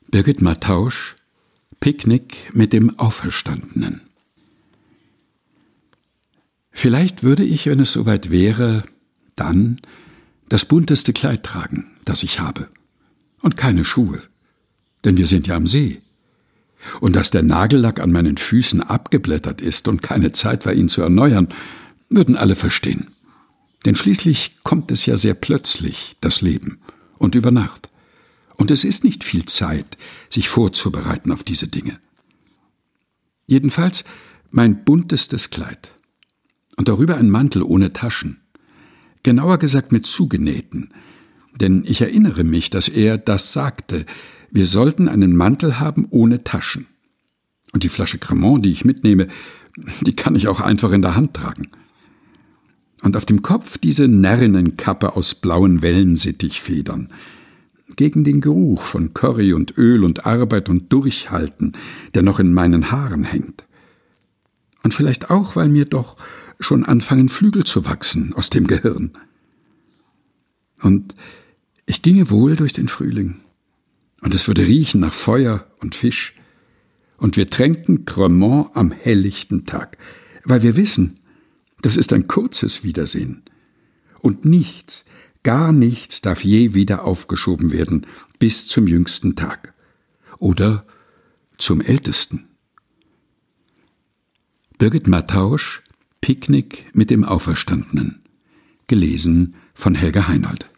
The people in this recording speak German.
Birgit Mattausch, Picknick mit dem Auferstandenen. Vielleicht würde ich, wenn es soweit wäre, dann das bunteste Kleid tragen, das ich habe, und keine Schuhe, denn wir sind ja am See. Und dass der Nagellack an meinen Füßen abgeblättert ist und keine Zeit war, ihn zu erneuern, würden alle verstehen. Denn schließlich kommt es ja sehr plötzlich, das Leben, und über Nacht. Und es ist nicht viel Zeit, sich vorzubereiten auf diese Dinge. Jedenfalls mein buntestes Kleid. Und darüber ein Mantel ohne Taschen. Genauer gesagt mit zugenähten. Denn ich erinnere mich, dass er das sagte. Wir sollten einen Mantel haben ohne Taschen. Und die Flasche Cremant, die ich mitnehme, die kann ich auch einfach in der Hand tragen. Und auf dem Kopf diese Närrinnenkappe aus blauen Wellensittichfedern. Gegen den Geruch von Curry und Öl und Arbeit und Durchhalten, der noch in meinen Haaren hängt. Und vielleicht auch, weil mir doch schon anfangen Flügel zu wachsen aus dem Gehirn. Und ich ginge wohl durch den Frühling. Und es würde riechen nach Feuer und Fisch. Und wir tränken Cremant am helllichten Tag, weil wir wissen, das ist ein kurzes Wiedersehen. Und nichts, gar nichts darf je wieder aufgeschoben werden bis zum jüngsten Tag. Oder zum ältesten. Birgit Mattausch, Picknick mit dem Auferstandenen. Gelesen von Helga Heinold.